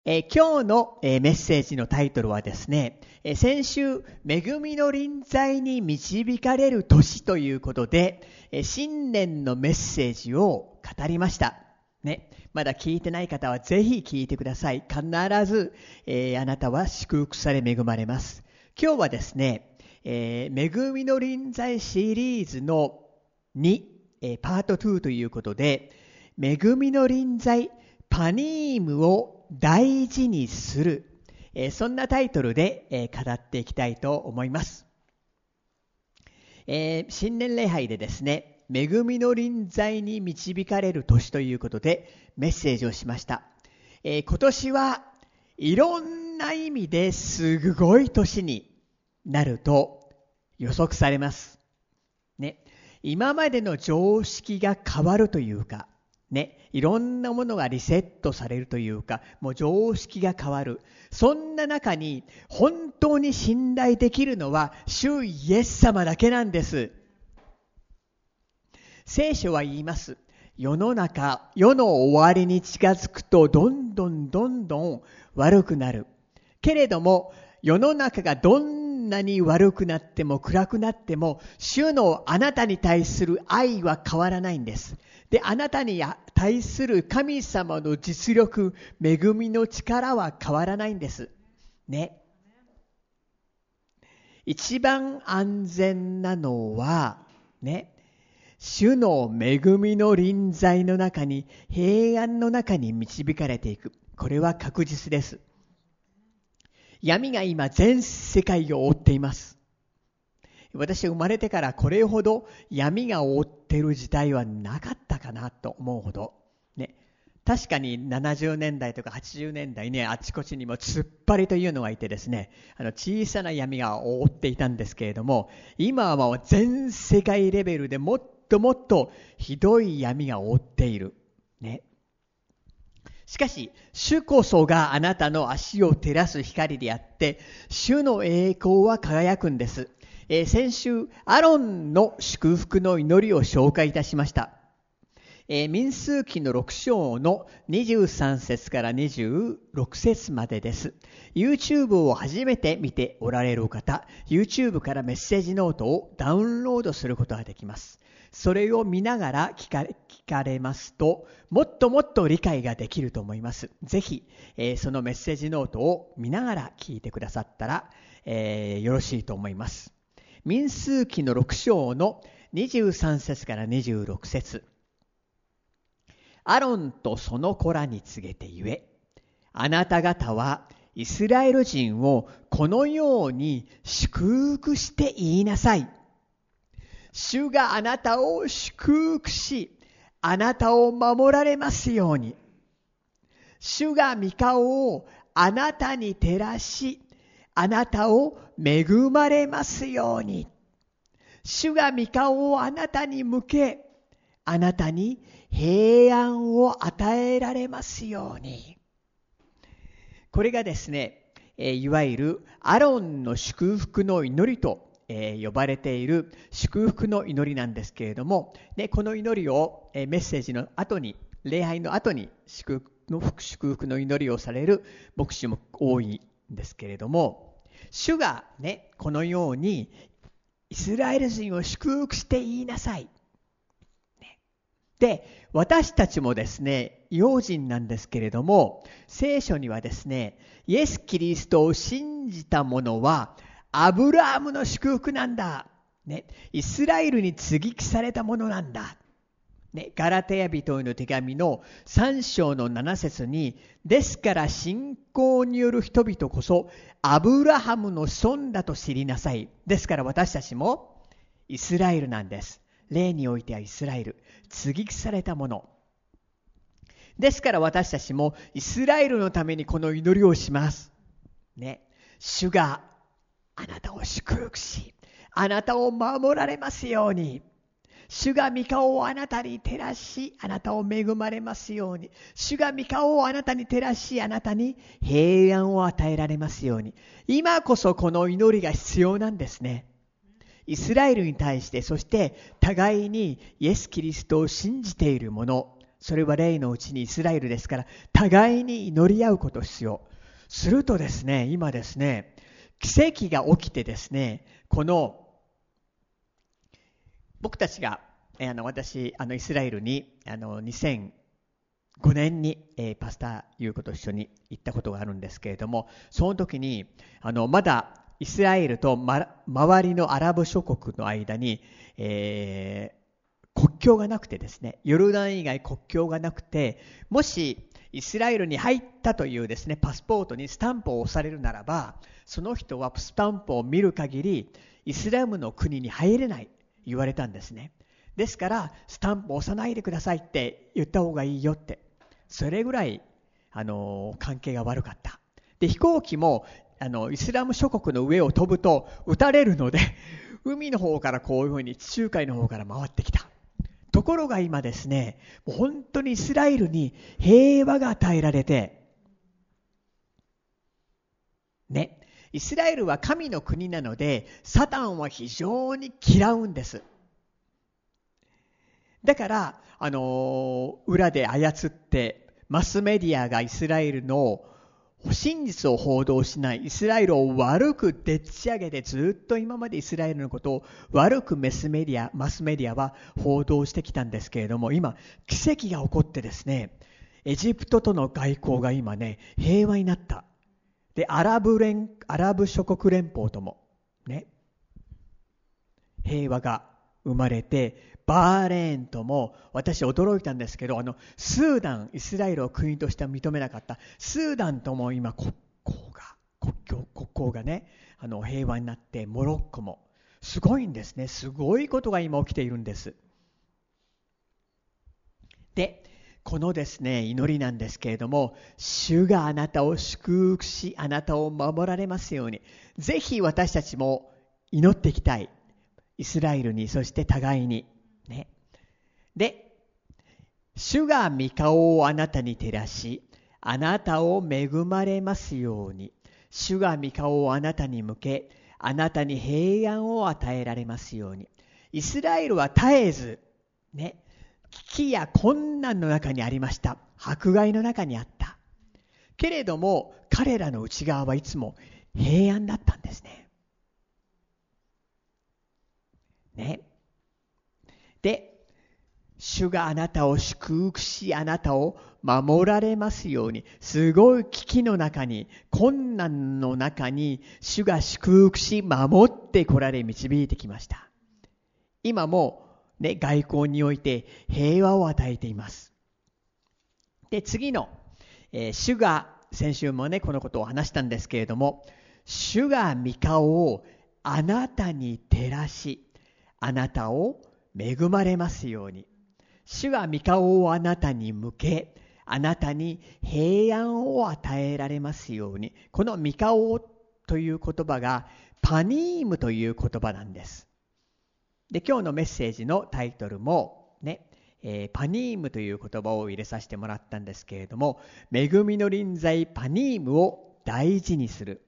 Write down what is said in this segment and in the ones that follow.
今日のメッセージのタイトルはですね、先週、恵みの臨在に導かれる年ということで、新年のメッセージを語りました。ね、まだ聞いてない方はぜひ聞いてください。必ず、あなたは祝福され恵まれます。今日はですね、恵みの臨在シリーズの2、パート2ということで、恵みの臨在パニームを大事にする、そんなタイトルで、語っていきたいと思います。新年礼拝でですね、恵みの臨在に導かれる年ということでメッセージをしました。今年はいろんな意味ですごい年になると予測されます。ね、今までの常識が変わるというか、ね、いろんなものがリセットされるというか、もう常識が変わる。そんな中に本当に信頼できるのは主イエス様だけなんです。聖書は言います。世の終わりに近づくとどんどん悪くなる。けれども世の中がどんなに悪くなっても暗くなっても、主のあなたに対する愛は変わらないんです。で、あなたに対する神様の実力、恵みの力は変わらないんです。ね。一番安全なのは、ね、主の恵みの臨在の中に、平安の中に導かれていく。これは確実です。闇が今全世界を覆っています。私生まれてからこれほど闇が覆っている時代はなかったかなと思うほど、ね、確かに70年代とか80年代ね、あちこちにも突っ張りというのがいてですね、小さな闇が覆っていたんですけれども、今はもう全世界レベルでもっともっとひどい闇が覆っている、ね。しかし主こそがあなたの足を照らす光であって、主の栄光は輝くんです。先週アロンの祝福の祈りを紹介いたしました。民数記の6章の23節から26節までです。 YouTube を初めて見ておられる方、 YouTube からメッセージノートをダウンロードすることができます。それを見ながら聞かれますと、もっともっと理解ができると思います。ぜひ、そのメッセージノートを見ながら聞いてくださったら、よろしいと思います。民数記の6章の23節から26節。アロンとその子らに告げて言え、あなた方はイスラエル人をこのように祝福して言いなさい。主があなたを祝福し、あなたを守られますように。主が御顔をあなたに照らし、あなたを恵まれますように。主が御顔をあなたに向け、あなたに平安を与えられますように。これがですね、いわゆるアロンの祝福の祈りと呼ばれている祝福の祈りなんですけれども、この祈りをメッセージの後に、礼拝の後に祝福の祈りをされる牧師も多いんですけれども、主がね、このようにイスラエル人を祝福して言いなさい。で、私たちもですね、用心なんですけれども、聖書にはですね、イエス・キリストを信じた者はアブラハムの祝福なんだ、ね、イスラエルに接ぎ木されたものなんだ、ね、ガラテヤ人への手紙の3章の7節に、ですから信仰による人々こそアブラハムの子孫だと知りなさい。ですから私たちもイスラエルなんです。霊においてはイスラエル、接ぎ木されたものですから、私たちもイスラエルのためにこの祈りをします、ね、主があなたを祝福し、あなたを守られますように。主が御顔をあなたに照らし、あなたを恵まれますように。主が御顔をあなたに照らし、あなたに平安を与えられますように。今こそこの祈りが必要なんですね。イスラエルに対して、そして互いにイエス・キリストを信じている者、 それは霊のうちにイスラエルですから、互いに祈り合うことを必要。するとですね、今ですね、奇跡が起きてですね、この僕たちが私イスラエルに2005年にパスタ優子と一緒に行ったことがあるんですけれども、その時にまだイスラエルと、周りのアラブ諸国の間に、国境がなくてですね、ヨルダン以外国境がなくて、もしイスラエルに入ったというですね、パスポートにスタンプを押されるならば、その人はスタンプを見る限りイスラムの国に入れない言われたんですね。ですからスタンプを押さないでくださいって言った方がいいよって。それぐらい関係が悪かった。で、飛行機もイスラム諸国の上を飛ぶと撃たれるので、海の方からこういうふうに地中海の方から回ってきた。ところが今ですね、もう本当にイスラエルに平和が与えられて、ね、イスラエルは神の国なので、サタンは非常に嫌うんです。だから、裏で操って、マスメディアがイスラエルの真実を報道しない、イスラエルを悪くでっち上げて、ずっと今までイスラエルのことを悪くマスメディアは報道してきたんですけれども、今奇跡が起こってですね、エジプトとの外交が今ね、平和になった。で、アラブ諸国連邦ともね、平和が生まれて、バーレーンとも、私驚いたんですけど、スーダン、イスラエルを国としては認めなかったスーダンとも今国交がね、平和になって、モロッコもすごいんですね。すごいことが今起きているんです。で、このですね、祈りなんですけれども、主があなたを祝福し、あなたを守られますように。ぜひ私たちも祈っていきたい。イスラエルに、そして互いに。ね、で、主が御顔をあなたに照らし、あなたを恵まれますように。主が御顔をあなたに向け、あなたに平安を与えられますように。イスラエルは絶えず、ね、危機や困難の中にありました。迫害の中にあった。けれども、彼らの内側はいつも平安だったんですね。ね。で、主があなたを祝福し、あなたを守られますように。すごい危機の中に、困難の中に、主が祝福し、守ってこられ、導いてきました。今も、ね、外交において平和を与えています。で、次の、主が、先週もね、このことを話したんですけれども、主が御顔をあなたに照らし、あなたを恵まれますように。主が御顔をあなたに向け、あなたに平安を与えられますように。この御顔という言葉がパニームという言葉なんです。で、今日のメッセージのタイトルもね、パニームという言葉を入れさせてもらったんですけれども、恵みの臨在パニームを大事にする。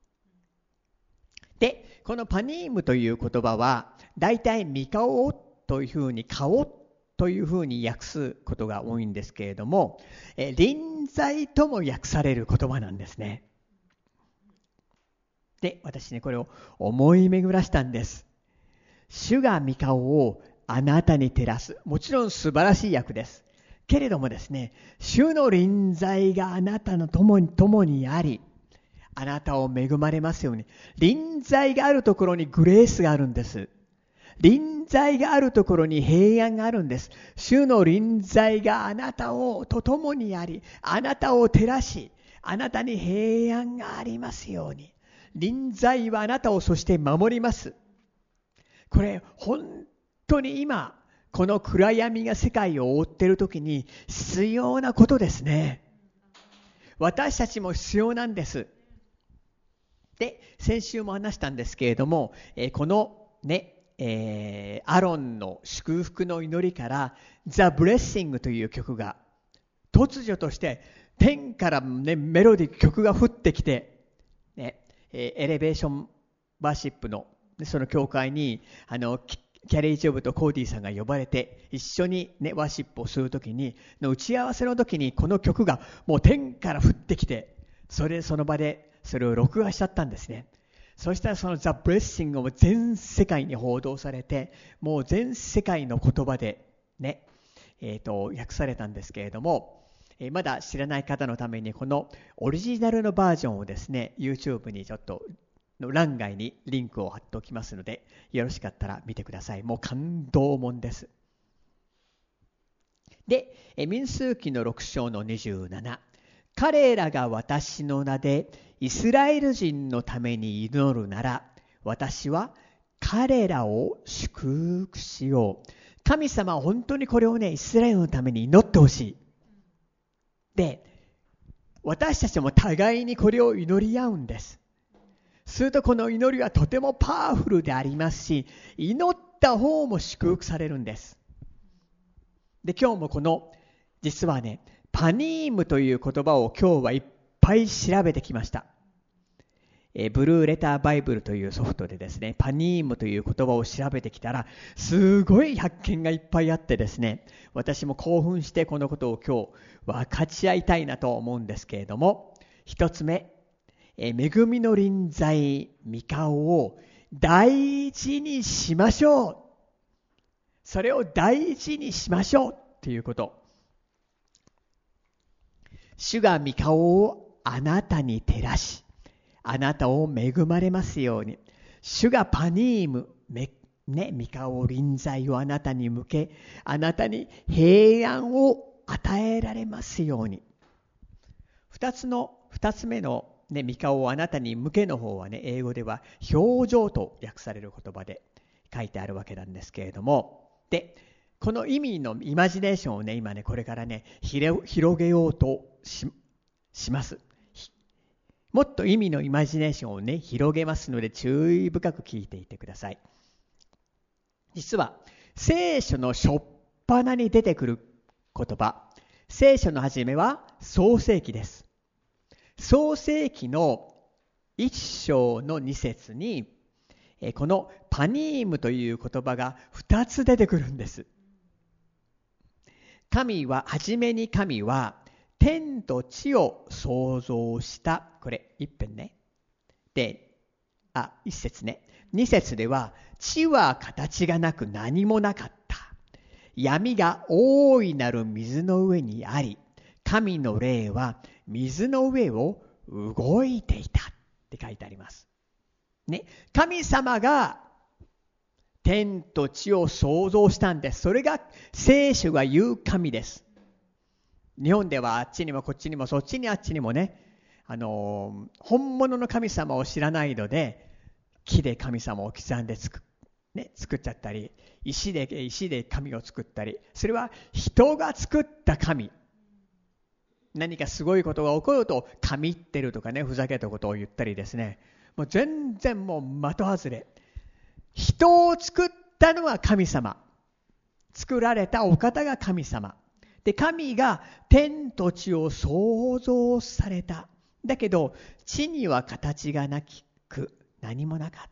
で、このパニームという言葉は、だいたい御顔というふうに、顔というふうに訳すことが多いんですけれども、臨在とも訳される言葉なんですね。で、私ね、これを思い巡らしたんです。主が御顔をあなたに照らす。もちろん素晴らしい訳です。けれどもですね、主の臨在があなたの共にあり、あなたを恵まれますように。臨在があるところにグレースがあるんです。臨在があるところに平安があるんです。主の臨在があなたと共にあり、あなたを照らし、あなたに平安がありますように。臨在はあなたをそして守ります。これ本当に今この暗闇が世界を覆っている時に必要なことですね。私たちも必要なんです。で、先週も話したんですけれども、このね、アロンの祝福の祈りからThe Blessing という曲が突如として天から、ね、メロディー曲が降ってきて、ね、エレベーションワーシップのその教会にキャリー・ジョブとコーディさんが呼ばれて一緒に、ね、ワーシップをするときにの打ち合わせの時にこの曲がもう天から降ってきて、その場でそれを録画しちゃったんですね。そしたらそのザ・ブレッシングを全世界に報道されて、もう全世界の言葉でね、訳されたんですけれども、まだ知らない方のためにこのオリジナルのバージョンをですね YouTube にちょっとの欄外にリンクを貼っておきますので、よろしかったら見てください。もう感動もんです。で、民数記の6章の27、彼らが私の名でイスラエル人のために祈るなら、私は彼らを祝福しよう。神様は本当にこれをね、イスラエルのために祈ってほしい。で、私たちも互いにこれを祈り合うんです。するとこの祈りはとてもパワフルでありますし、祈った方も祝福されるんです。で、今日もこの実はね、パニームという言葉を今日はいっぱい調べてきました。ブルーレターバイブルというソフトでですね、パニームという言葉を調べてきたら、すごい発見がいっぱいあってですね、私も興奮してこのことを今日分かち合いたいなと思うんですけれども、一つ目、恵みの臨在、御顔を大事にしましょう。それを大事にしましょうということ。主が御顔をあなたに照らし、あなたを恵まれますように。主がパニーム、御顔臨在をあなたに向け、あなたに平安を与えられますように。二つ目の御顔をあなたに向けの方はね、英語では表情と訳される言葉で書いてあるわけなんですけれども、で、この意味のイマジネーションをね、今ね、これからね、広げようとします。もっと意味のイマジネーションをね、広げますので、注意深く聞いていてください。実は、聖書の初っ端に出てくる言葉、聖書の始めは創世記です。創世記の1章の2節に、このパニームという言葉が2つ出てくるんです。初めに神は天と地を創造した。これ一辺ね。で、一節ね。二節では、地は形がなく何もなかった。闇が大いなる水の上にあり、神の霊は水の上を動いていたって書いてあります。ね、神様が天と地を創造したんです。それが聖書が言う神です。日本ではあっちにもこっちにもそっちにあっちにもね、本物の神様を知らないので、木で神様を刻んで作っちゃったり、石で神を作ったり、それは人が作った神。何かすごいことが起こると神ってるとかね、ふざけたことを言ったりですね、もう全然もう的外れ。人を作ったのは神様。作られたお方が神様。で、神が天と地を創造された。だけど、地には形がなく、何もなかった。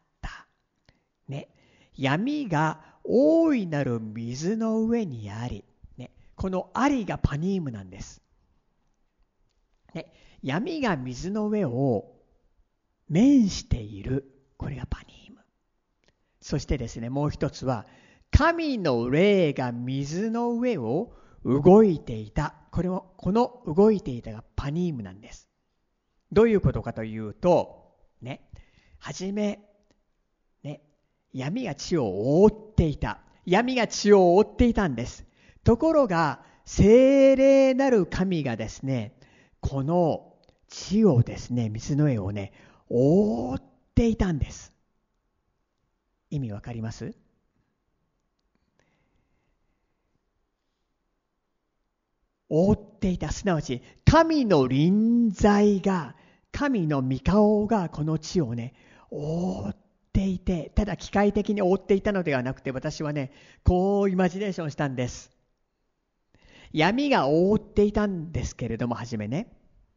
ね。闇が大いなる水の上にあり。ね。このありがパニームなんです。ね。闇が水の上を面している。これがパニーム。そしてですね、もう一つは、神の霊が水の上を動いていた。この動いていたがパニームなんです。どういうことかというと、ね、はじめ、ね、闇が地を覆っていた。闇が地を覆っていたんです。ところが、聖霊なる神がですね、この地をですね、水の上をね、覆っていたんです。意味わかります？覆っていた。すなわち、神の臨在が、神の御顔がこの地をね、覆っていて、ただ機械的に覆っていたのではなくて、私はね、こうイマジネーションしたんです。闇が覆っていたんですけれども、はじめね、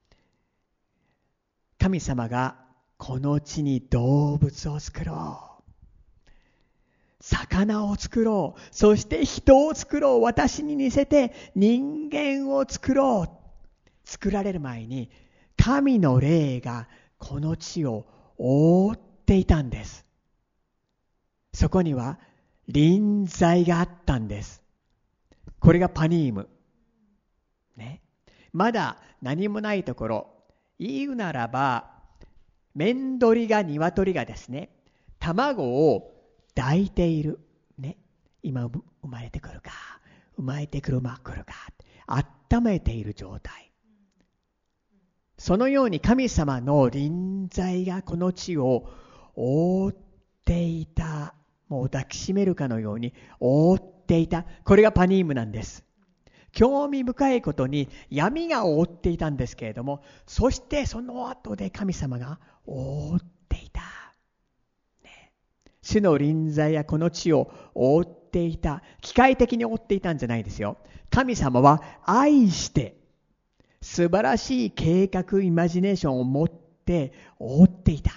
神様がこの地に動物を作ろう。 魚を作ろう。そして人を作ろう。私に似せて人間を作ろう。作られる前に神の霊がこの地を覆っていたんです。そこには臨在があったんです。これがパニーム。ね。まだ何もないところ、言うならば、雌鳥が鶏がですね、卵を抱いている。ね。今生まれてくるか、生まれてくるか、温めている状態。そのように神様の臨在がこの地を覆っていた。もう抱きしめるかのように覆っていた。これがパニームなんです。興味深いことに闇が覆っていたんですけれども、そしてその後で神様が覆っていた。ね、主の臨在やこの地を覆っていた。機械的に覆っていたんじゃないですよ。神様は愛して素晴らしい計画、イマジネーションを持って覆っていた。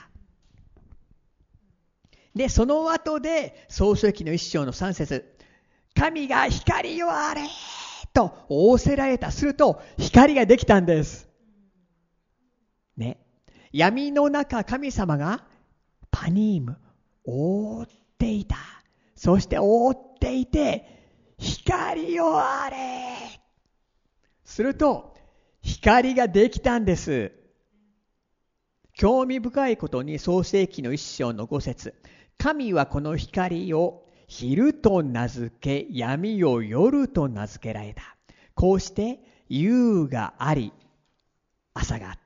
で、その後で創世記の1章の3節、神が光よあれと仰せられた。すると光ができたんです。ね。闇の中、神様がパニーム、覆っていた。そして覆っていて、光よあれ。すると光ができたんです。興味深いことに創世記の1章の5節、神はこの光を昼と名付け、闇を夜と名付けられた。こうして夕があり、朝があった。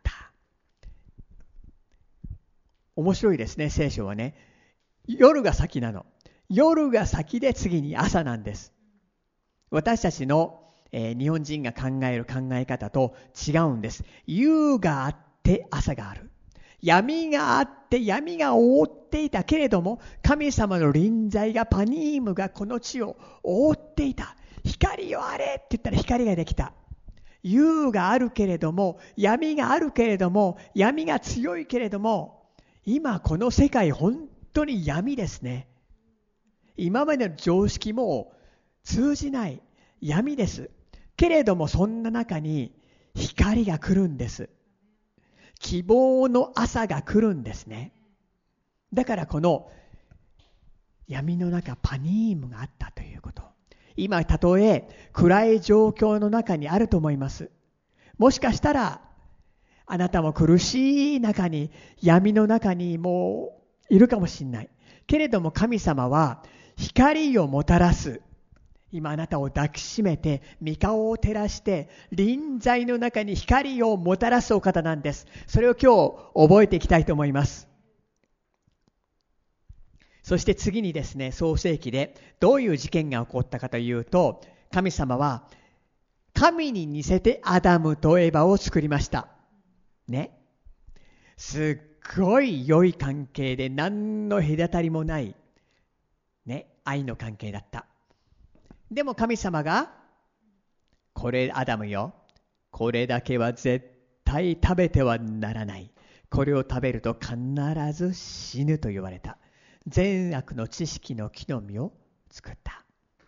面白いですね、聖書はね。夜が先なの。夜が先で次に朝なんです。私たちの、日本人が考える考え方と違うんです。夕があって朝がある。闇があって闇が覆っていたけれども、神様の臨在が、パニームがこの地を覆っていた。光よあれって言ったら光ができた。夕があるけれども、闇があるけれども、闇が強いけれども、今この世界本当に闇ですね。今までの常識も通じない闇です。けれどもそんな中に光が来るんです。希望の朝が来るんですね。だからこの闇の中、パニームがあったということ。今たとえ暗い状況の中にあると思います。もしかしたらあなたも苦しい中に、闇の中にもういるかもしれない。けれども神様は光をもたらす。今あなたを抱きしめて御顔を照らして臨在の中に光をもたらすお方なんです。それを今日覚えていきたいと思います。そして次にですね、創世記でどういう事件が起こったかというと、神様は神に似せてアダムとエバを作りましたね。すっごい良い関係で何の隔たりもないね、愛の関係だった。でも神様が、これアダムよ、これだけは絶対食べてはならない。これを食べると必ず死ぬと言われた。善悪の知識の木の実を作った。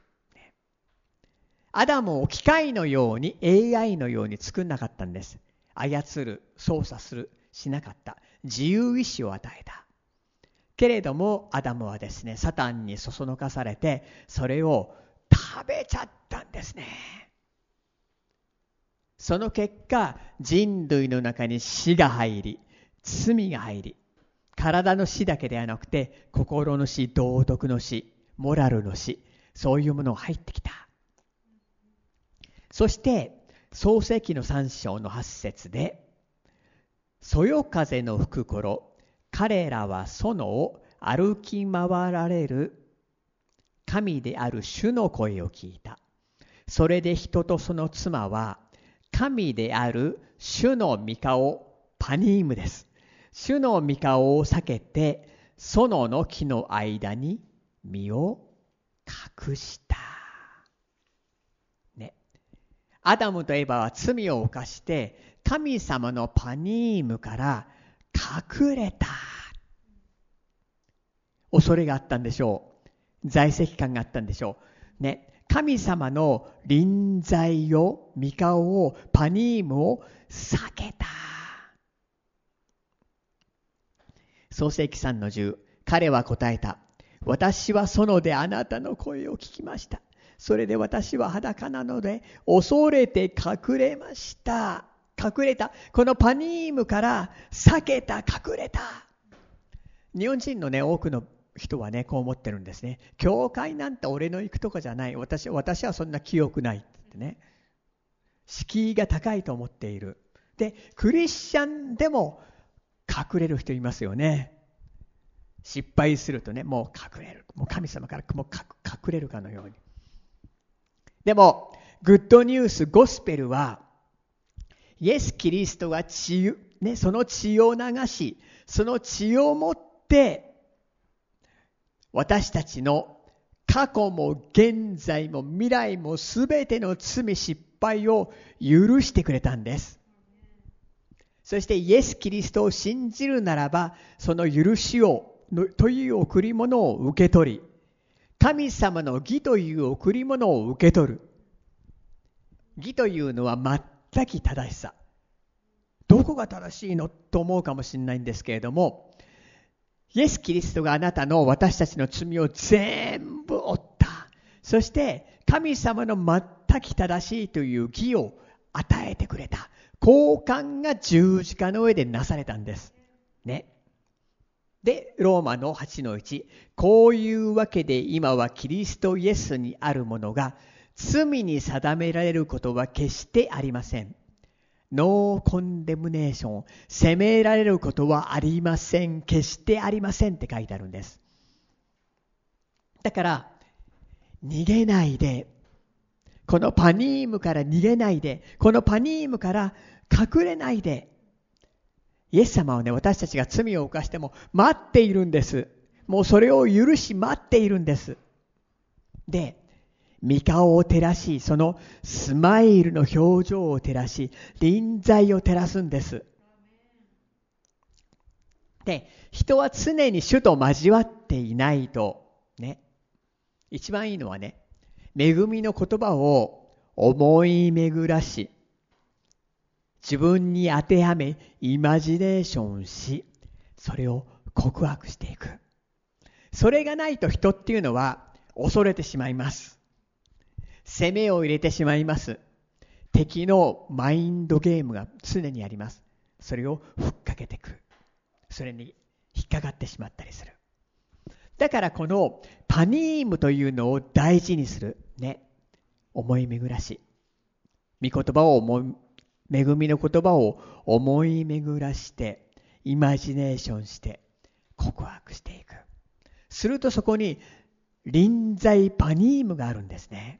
アダムを機械のように、AI のように作んなかったんです。操る、操作する、しなかった。自由意志を与えた。けれどもアダムはですね、サタンにそそのかされて、それを食べちゃったんですね。その結果、人類の中に死が入り、罪が入り、体の死だけではなくて、心の死、道徳の死、モラルの死、そういうものが入ってきた。そして創世記の3章の8節で、そよ風の吹く頃、彼らは園を歩き回られる神である主の声を聞いた。それで人とその妻は神である主の御顔、パニームです。主の御顔を避けて園の木の間に身を隠した。ね。アダムとエバは罪を犯して神様のパニームから隠れた。恐れがあったんでしょう。 在籍感があったんでしょう。ね。神様の臨在を、御顔を、パニームを避けた。創世記3-10、彼は答えた。私は園であなたの声を聞きました。それで私は裸なので恐れて隠れました。隠れた。このパニームから避けた、隠れた。日本人のね、多くの人はね、こう思ってるんですね。教会なんて俺の行くとこじゃない。私はそんな記憶ないってね。敷居が高いと思っている。で、クリスチャンでも隠れる人いますよね。失敗するとね、もう隠れる。もう神様からもう隠れるかのように。でも、グッドニュース、ゴスペルは、イエス・キリストがその血を流し、その血をもって、私たちの過去も現在も未来もすべての罪失敗を許してくれたんです。そしてイエス・キリストを信じるならば、その許しをという贈り物を受け取り、神様の義という贈り物を受け取る。義というのは全き正しさ。どこが正しいのと思うかもしれないんですけれども、イエス・キリストがあなたの私たちの罪を全部負った。そして神様の全き正しいという義を与えてくれた。交換が十字架の上でなされたんです。ね。で、ローマの8-1、こういうわけで今はキリストイエスにあるものが罪に定められることは決してありません。ノーコンデムネーション、責められることはありません。決してありませんって書いてあるんです。だから、逃げないで、このパニームから逃げないで、このパニームから隠れないで、イエス様はね、私たちが罪を犯しても待っているんです。もうそれを許し待っているんです。で、御顔を照らし、そのスマイルの表情を照らし、臨在を照らすんです。で、人は常に主と交わっていないと、ね、一番いいのはね、恵みの言葉を思い巡らし、自分に当てはめ、イマジネーションし、それを告白していく。それがないと人っていうのは恐れてしまいます。攻めを入れてしまいます。敵のマインドゲームが常にあります。それをふっかけてくる。それに引っかかってしまったりする。だからこのパニームというのを大事にする。ね。思い巡らし。御言葉を恵みの言葉を思い巡らして、イマジネーションして、告白していく。するとそこに臨在パニームがあるんですね。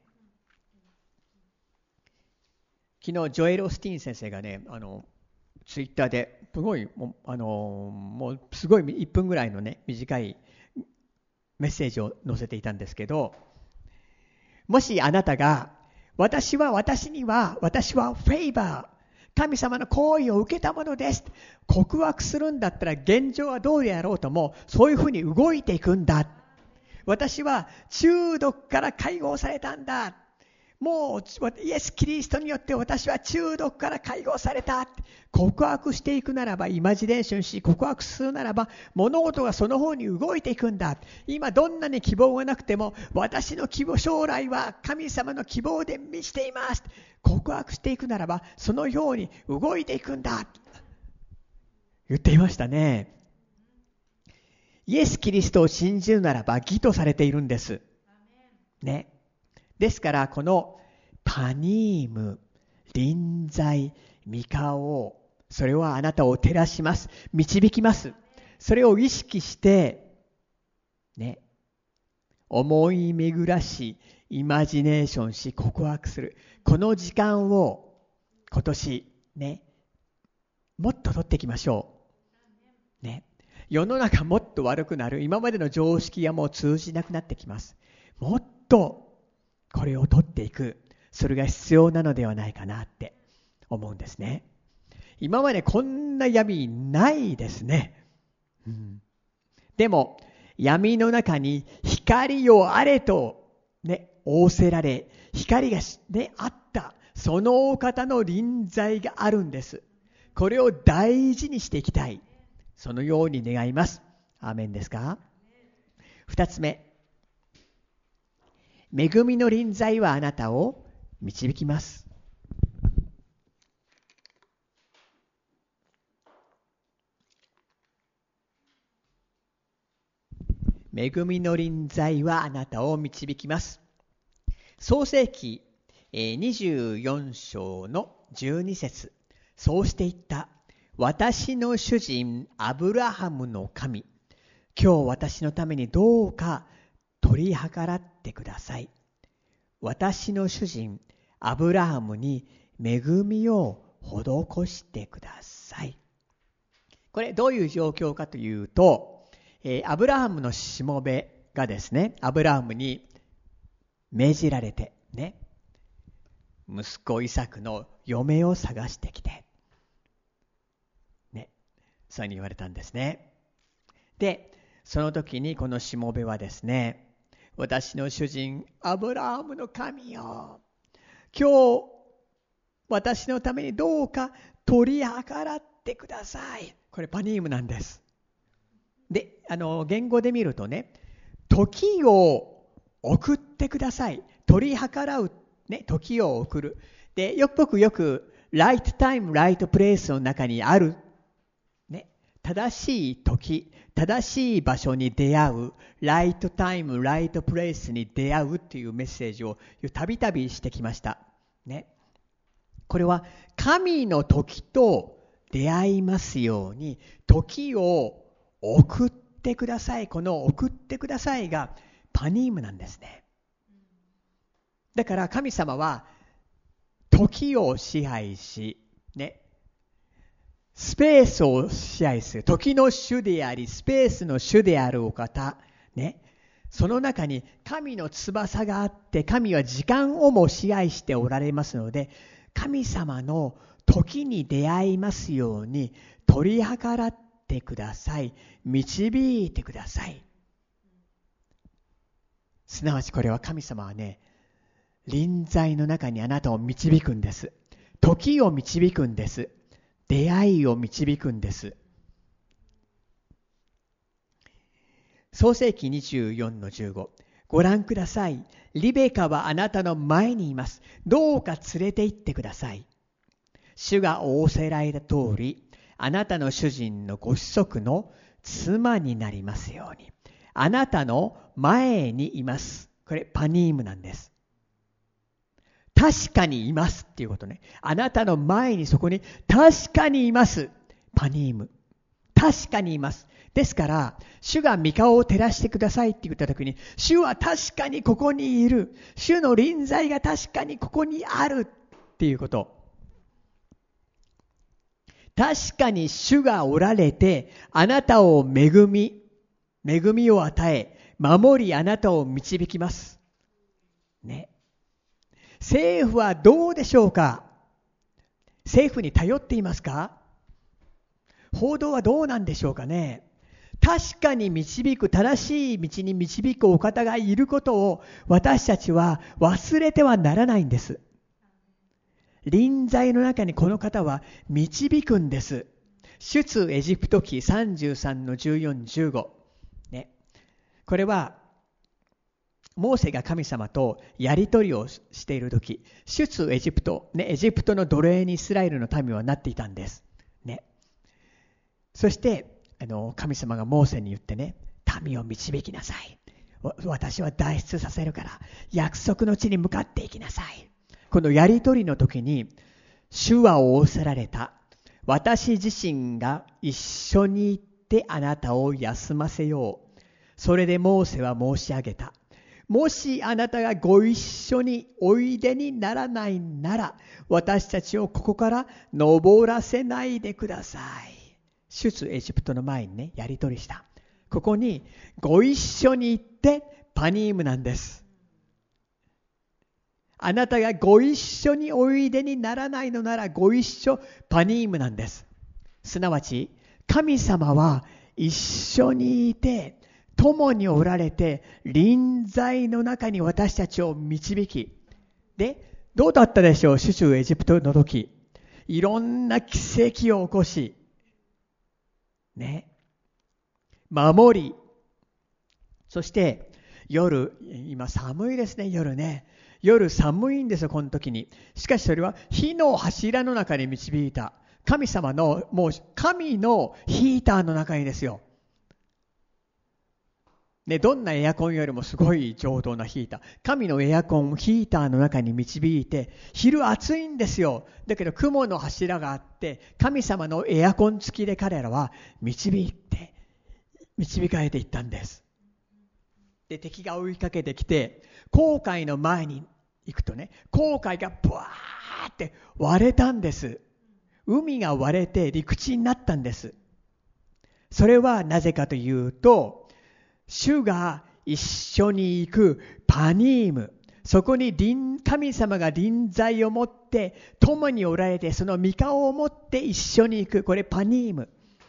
昨日ジョエル・オスティン先生がね、ツイッターですごいもうすごい1分ぐらいのね短いメッセージを載せていたんですけど、もしあなたが私はフェイバー、神様の行為を受けたものです告白するんだったら、現状はどうであろうともそういうふうに動いていくんだ。私は中毒から解放されたんだ。もうイエス・キリストによって私は中毒から解放された。告白していくならば、イマジネーションし告白するならば、物事がその方に動いていくんだ。今どんなに希望がなくても、私の将来は神様の希望で満ちています。告白していくならば、そのように動いていくんだ。言っていましたね。イエス・キリストを信じるならば義とされているんです。ね。ですからこのパニーム、臨在、御顔、それはあなたを照らします。導きます。それを意識してね、思い巡らし、イマジネーションし告白する。この時間を今年ね、もっと取っていきましょう。ね。世の中もっと悪くなる。今までの常識がもう通じなくなってきます。もっとこれを取っていく。それが必要なのではないかなって思うんですね。今までこんな闇ないですね。でも闇の中に光をあれと、仰せられ、光が、あった。そのお方の臨在があるんです。これを大事にしていきたい。そのように願います。アーメンですか？二つ目。恵みの臨在はあなたを導きます。恵みの臨在はあなたを導きます。創世記24章の12節。そうして言った。私の主人アブラハムの神、今日私のためにどうか取り計らってください。私の主人アブラハムに恵みを施してください。これどういう状況かというと、アブラハムのしもべがですね、アブラハムに命じられてね、息子イサクの嫁を探してきて、そうに言われたんですね。で、その時にこのしもべはですね、私の主人アブラハムの神よ、今日私のためにどうか取り計らってください。これパニームなんです。で、言語で見るとね、時を送ってください。取り計らう、時を送る。で、よくライトタイム、ライトプレイスの中にある、正しい時、正しい場所に出会う、ライトタイム、ライトプレイスに出会うっていうメッセージをたびたびしてきました。これは神の時と出会いますように、時を送ってください。この送ってくださいがパニームなんですね。だから神様は時を支配し、スペースを支配する。時の主であり、スペースの主であるお方。その中に神の翼があって、神は時間をも支配しておられますので、神様の時に出会いますように取り計らってください。導いてください。すなわちこれは神様は臨在の中にあなたを導くんです。時を導くんです。出会いを導くんです。創世記24の15。ご覧ください。リベカはあなたの前にいます。どうか連れて行ってください。主が仰せられた通り、あなたの主人のご子息の妻になりますように。あなたの前にいます。これパニームなんです。確かにいますっていうことね。あなたの前にそこに確かにいます。パニーム。確かにいます。ですから、主が御顔を照らしてくださいって言ったときに、主は確かにここにいる。主の臨在が確かにここにあるっていうこと。確かに主がおられて、あなたを恵みを与え、守りあなたを導きます。政府はどうでしょうか？政府に頼っていますか？報道はどうなんでしょうかね？確かに導く、正しい道に導くお方がいることを私たちは忘れてはならないんです。臨在の中にこの方は導くんです。出エジプト記33の14、15。これはモーセが神様とやり取りをしているとき、出エジプト、エジプトの奴隷にイスラエルの民はなっていたんです。そして神様がモーセに言って民を導きなさい。私は脱出させるから約束の地に向かっていきなさい。このやり取りの時に、主は仰せられた。私自身が一緒に行ってあなたを休ませよう。それでモーセは申し上げた。もしあなたがご一緒においでにならないなら、私たちをここから登らせないでください。出エジプトの前にやり取りした。ここにご一緒に行ってパニームなんです。あなたがご一緒においでにならないのならご一緒パニームなんです。すなわち神様は一緒にいて共におられて、臨在の中に私たちを導き、で、どうだったでしょう、出エジプトの時。いろんな奇跡を起こし、ね、守り、そして夜、今寒いですね、夜ね。夜寒いんですよ、この時に。しかしそれは火の柱の中に導いた。神様の、もう神のヒーターの中にですよ。ね、どんなエアコンよりもすごい上等なヒーター。神のエアコン、ヒーターの中に導いて、昼暑いんですよ。だけど雲の柱があって、神様のエアコン付きで彼らは導かれていったんです。で、敵が追いかけてきて、紅海の前に行くとね、紅海がブワーって割れたんです。海が割れて陸地になったんです。それはなぜかというと、主が一緒に行くパニーム、そこに神様が臨在を持って共におられて、その御顔を持って一緒に行く、これパニーム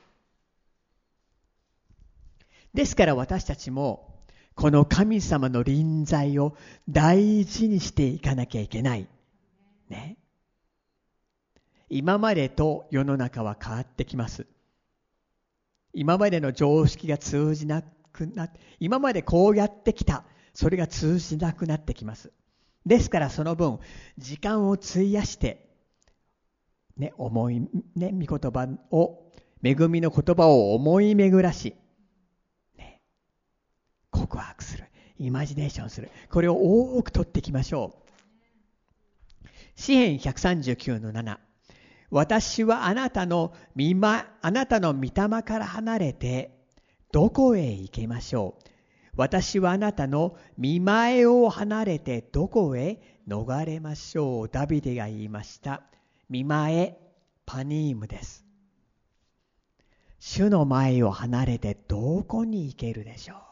ですから、私たちもこの神様の臨在を大事にしていかなきゃいけないね。今までと世の中は変わってきます。今までの常識が通じなくなって、今までこうやってきた、それが通じなくなってきます。ですからその分時間を費やしてね、御言葉を、恵みの言葉を思い巡らし、ね、告白する、イマジネーションする、これを多く取っていきましょう。詩編139の7、私はあなたの御霊から離れてどこへ行けましょう。私はあなたの御前を離れてどこへ逃れましょう。ダビデが言いました。御前、パニームです。主の前を離れてどこに行けるでしょう。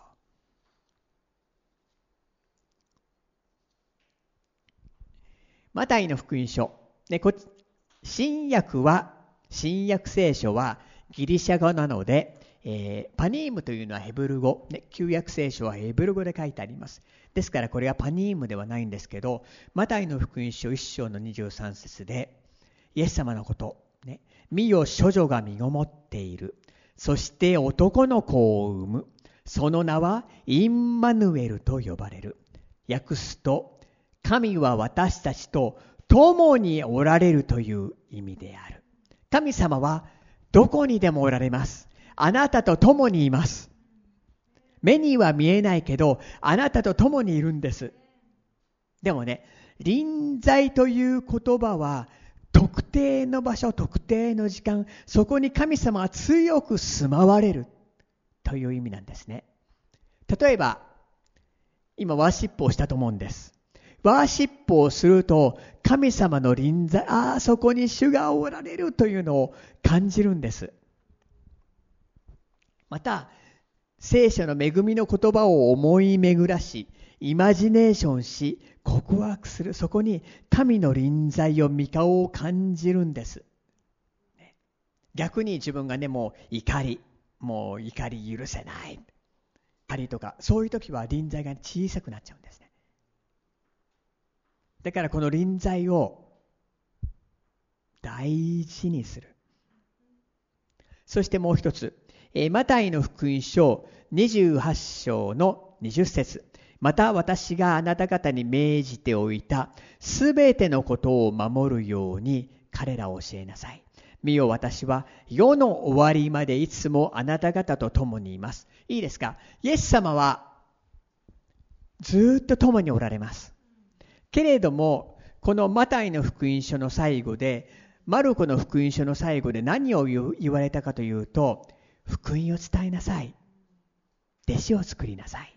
マタイの福音書、新約聖書はギリシャ語なので、パニームというのはヘブル語、旧約聖書はヘブル語で書いてあります。ですからこれはパニームではないんですけど、マタイの福音書1章の23節でイエス様のこと、見よ処女が身ごもっている、そして男の子を産む、その名はインマヌエルと呼ばれる。訳すと、神は私たちと共におられるという意味である。神様はどこにでもおられます。あなたと共にいます。目には見えないけど、あなたと共にいるんです。でもね、臨在という言葉は特定の場所、特定の時間、そこに神様が強く住まわれるという意味なんですね。例えば今ワーシップをしたと思うんです。ワーシップをすると神様の臨在、そこに主がおられるというのを感じるんです。また聖書の恵みの言葉を思い巡らし、イマジネーションし、告白する。そこに神の臨在を、御顔を感じるんです。逆に自分がね、もう怒り許せない、怒りとか、そういう時は臨在が小さくなっちゃうんですね。だからこの臨在を大事にする。そしてもう一つ、マタイの福音書28章の20節、また私があなた方に命じておいたすべてのことを守るように彼らを教えなさい。見よ、私は世の終わりまでいつもあなた方と共にいます。いいですか？イエス様はずっと共におられます。けれどもこのマタイの福音書の最後で、マルコの福音書の最後で何を言われたかというと、福音を伝えなさい、弟子を作りなさい。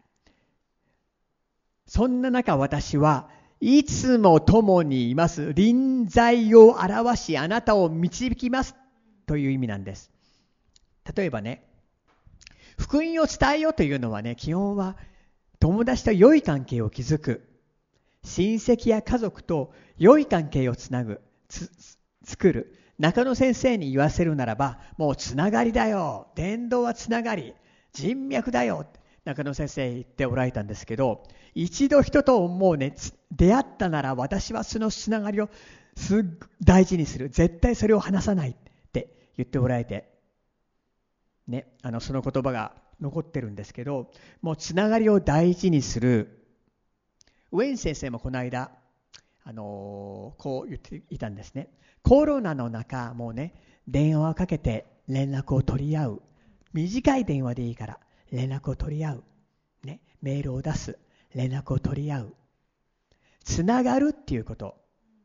そんな中、私はいつも共にいます。臨在を表し、あなたを導きますという意味なんです。例えばね、福音を伝えようというのはね、基本は友達と良い関係を築く、親戚や家族と良い関係を作る。中野先生に言わせるならば、もうつながりだよ、伝道はつながり、人脈だよ、 中野先生言っておられたんですけど、一度人ともうね、出会ったなら私はそのつながりを大事にする。絶対それを離さないって言っておられて、ね、その言葉が残ってるんですけど、もうつながりを大事にする。ウェイン先生もこの間、こう言っていたんですね。コロナの中、もうね、電話をかけて連絡を取り合う。短い電話でいいから連絡を取り合う。ね、メールを出す。連絡を取り合う。つながるっていうこと。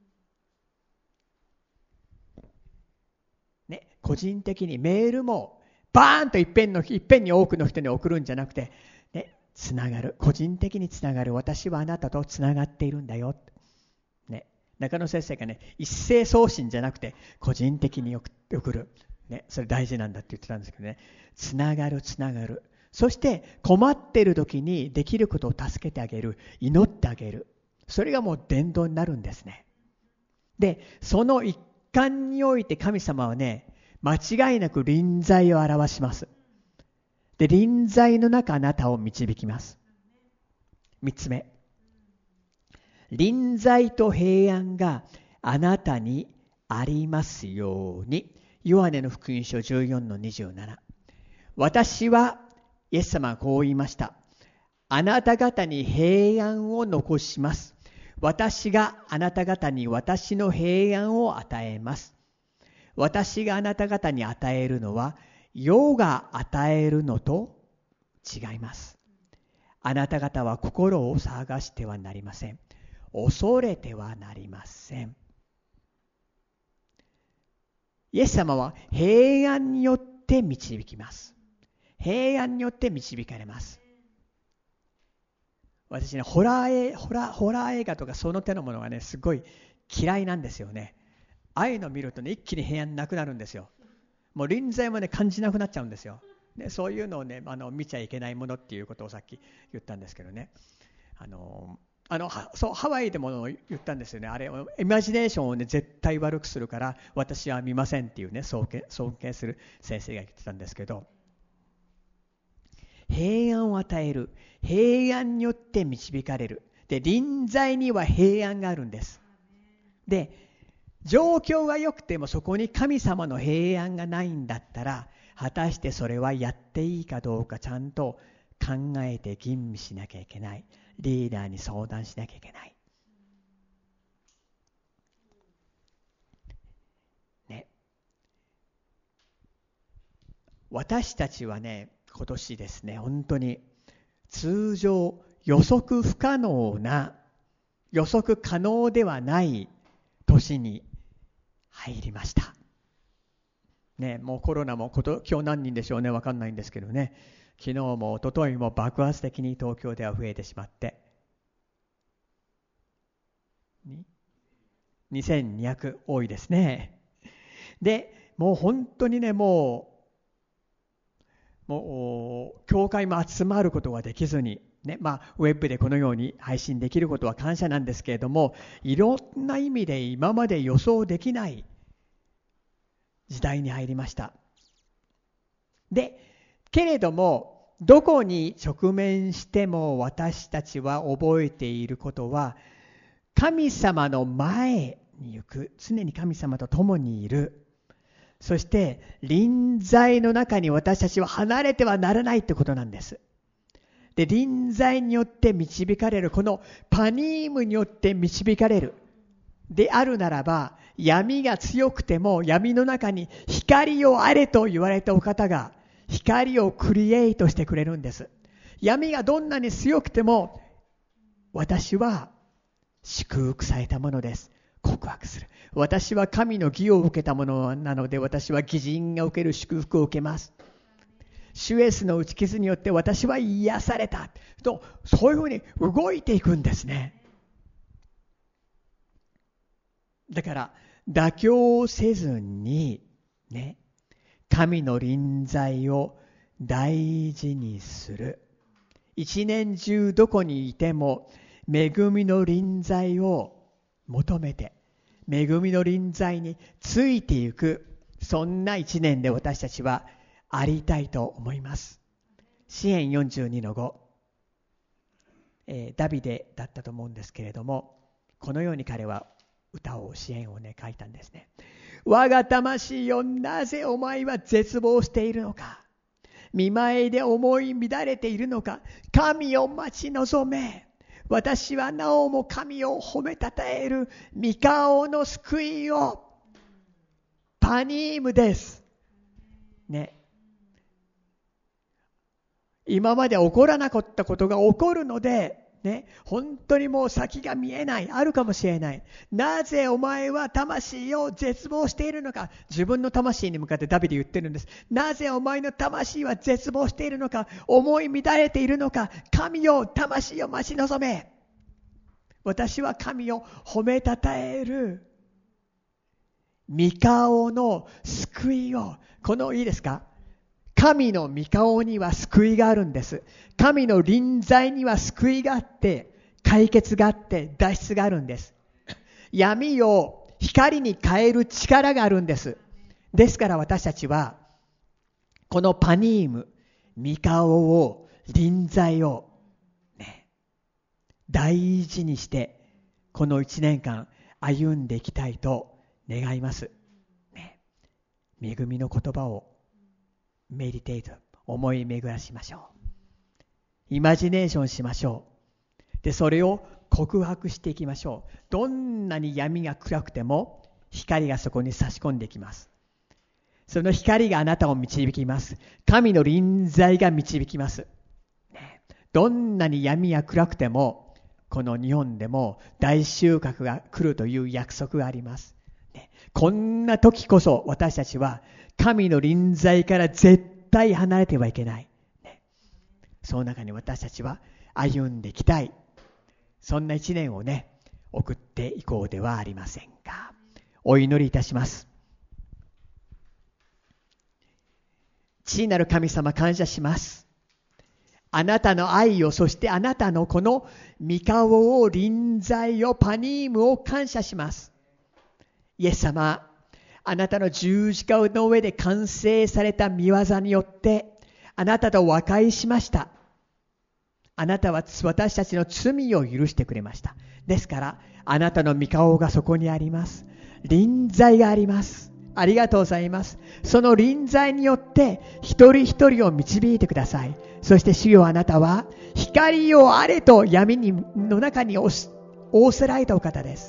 ね、個人的にメールもバーンといっぺんに多くの人に送るんじゃなくて、ね、つながる。個人的につながる。私はあなたとつながっているんだよ。ね、中野先生がね、一斉送信じゃなくて個人的に送る。ね、それ大事なんだって言ってたんですけどね。つながる。そして困っている時にできることを助けてあげる。祈ってあげる。それがもう伝道になるんですね。で、その一環において神様はね、間違いなく臨在を表します。で、臨在の中あなたを導きます。三つ目。臨在と平安があなたにありますように。ヨハネの福音書14-27。私は、イエス様はこう言いました。あなた方に平安を残します。私があなた方に私の平安を与えます。私があなた方に与えるのは、世が与えるのと違います。あなた方は心を探してはなりません。恐れてはなりません。イエス様は平安によって導きます。平安によって導かれます。私ね、ホラー映画とかその手のものがね、すごい嫌いなんですよね。ああいうのを見るとね、一気に平安なくなるんですよ。もう臨在もね、感じなくなっちゃうんですよ。で、そういうのをね、見ちゃいけないものっていうことをさっき言ったんですけどね。そうハワイでも言ったんですよね。あれイマジネーションをね絶対悪くするから私は見ませんっていうね、尊敬する先生が言ってたんですけど、平安を与える。平安によって導かれる。で、臨在には平安があるんです。で、状況が良くてもそこに神様の平安がないんだったら、果たしてそれはやっていいかどうかちゃんと考えて吟味しなきゃいけない。リーダーに相談しなきゃいけない。ね。私たちはね、今年ですね、本当に通常予測不可能な、予測可能ではない年に入りました。ね、もうコロナも今日何人でしょうね、分かんないんですけどね。昨日も一昨日も爆発的に東京では増えてしまって2200多いですね。で、もう本当にね、もう教会も集まることができずに、ね、ウェブでこのように配信できることは感謝なんですけれども、いろんな意味で今まで予想できない時代に入りました。で、けれどもどこに直面しても私たちは覚えていることは、神様の前に行く。常に神様と共にいる。そして臨在の中に私たちは離れてはならないってことなんです。で、臨在によって導かれる、このパニームによって導かれるであるならば、闇が強くても闇の中に光をあれと言われたお方が光をクリエイトしてくれるんです。闇がどんなに強くても、私は祝福されたものです。告白する。私は神の義を受けたものなので、私は義人が受ける祝福を受けます。主イエスの打ち傷によって私は癒されたと、そういうふうに動いていくんですね。だから妥協せずにね、神の臨在を大事にする。一年中どこにいても恵みの臨在を求めて、恵みの臨在についていく、そんな一年で私たちはありたいと思います。 詩編42の5、ダビデだったと思うんですけれども、このように彼は歌を詩編をね書いたんですね。我が魂よ、なぜお前は絶望しているのか。見舞いで思い乱れているのか。神を待ち望め。私はなおも神を褒めたたえる。御顔の救いを。パニームですね。今まで起こらなかったことが起こるのでね、本当にもう先が見えない、あるかもしれない。なぜお前は魂を絶望しているのか。自分の魂に向かってダビデ言ってるんです。なぜお前の魂は絶望しているのか。思い乱れているのか。神よ、魂を待ち望め。私は神を褒めたたえる。御顔の救いを。このいいですか、神の御顔には救いがあるんです。神の臨在には救いがあって、解決があって、脱出があるんです。闇を光に変える力があるんです。ですから私たちは、このパニーム、御顔を、臨在を、ね、大事にして、この1年間歩んでいきたいと願います。ね、恵みの言葉をメディテイト、思い巡らしましょう。イマジネーションしましょう。で、それを告白していきましょう。どんなに闇が暗くても光がそこに差し込んできます。その光があなたを導きます。神の臨在が導きます。ね、どんなに闇が暗くても、この日本でも大収穫が来るという約束があります。ね、こんな時こそ私たちは神の臨在から絶対離れてはいけない、ね、その中に私たちは歩んでいきたい、そんな一年をね送っていこうではありませんか。お祈りいたします。父なる神様、感謝します。あなたの愛を、そしてあなたのこの御顔を、臨在を、パニームを感謝します。イエス様、あなたの十字架の上で完成された御業によってあなたと和解しました。あなたは私たちの罪を許してくれました。ですからあなたの御顔がそこにあります。臨在があります。ありがとうございます。その臨在によって一人一人を導いてください。そして主よ、あなたは光をあれと闇の中に仰せられたお方です。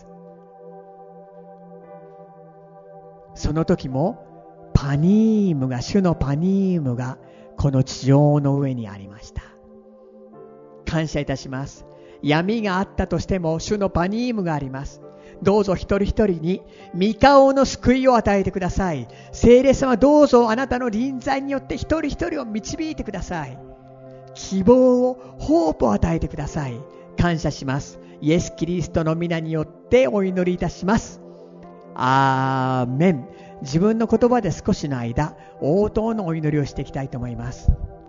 その時もパニームが、主のパニームがこの地上の上にありました。感謝いたします。闇があったとしても主のパニームがあります。どうぞ一人一人に御顔の救いを与えてください。聖霊様、どうぞあなたの臨在によって一人一人を導いてください。希望を、ホープを与えてください。感謝します。イエス・キリストの皆によってお祈りいたします。アーメン。自分の言葉で少しの間、応答のお祈りをしていきたいと思います。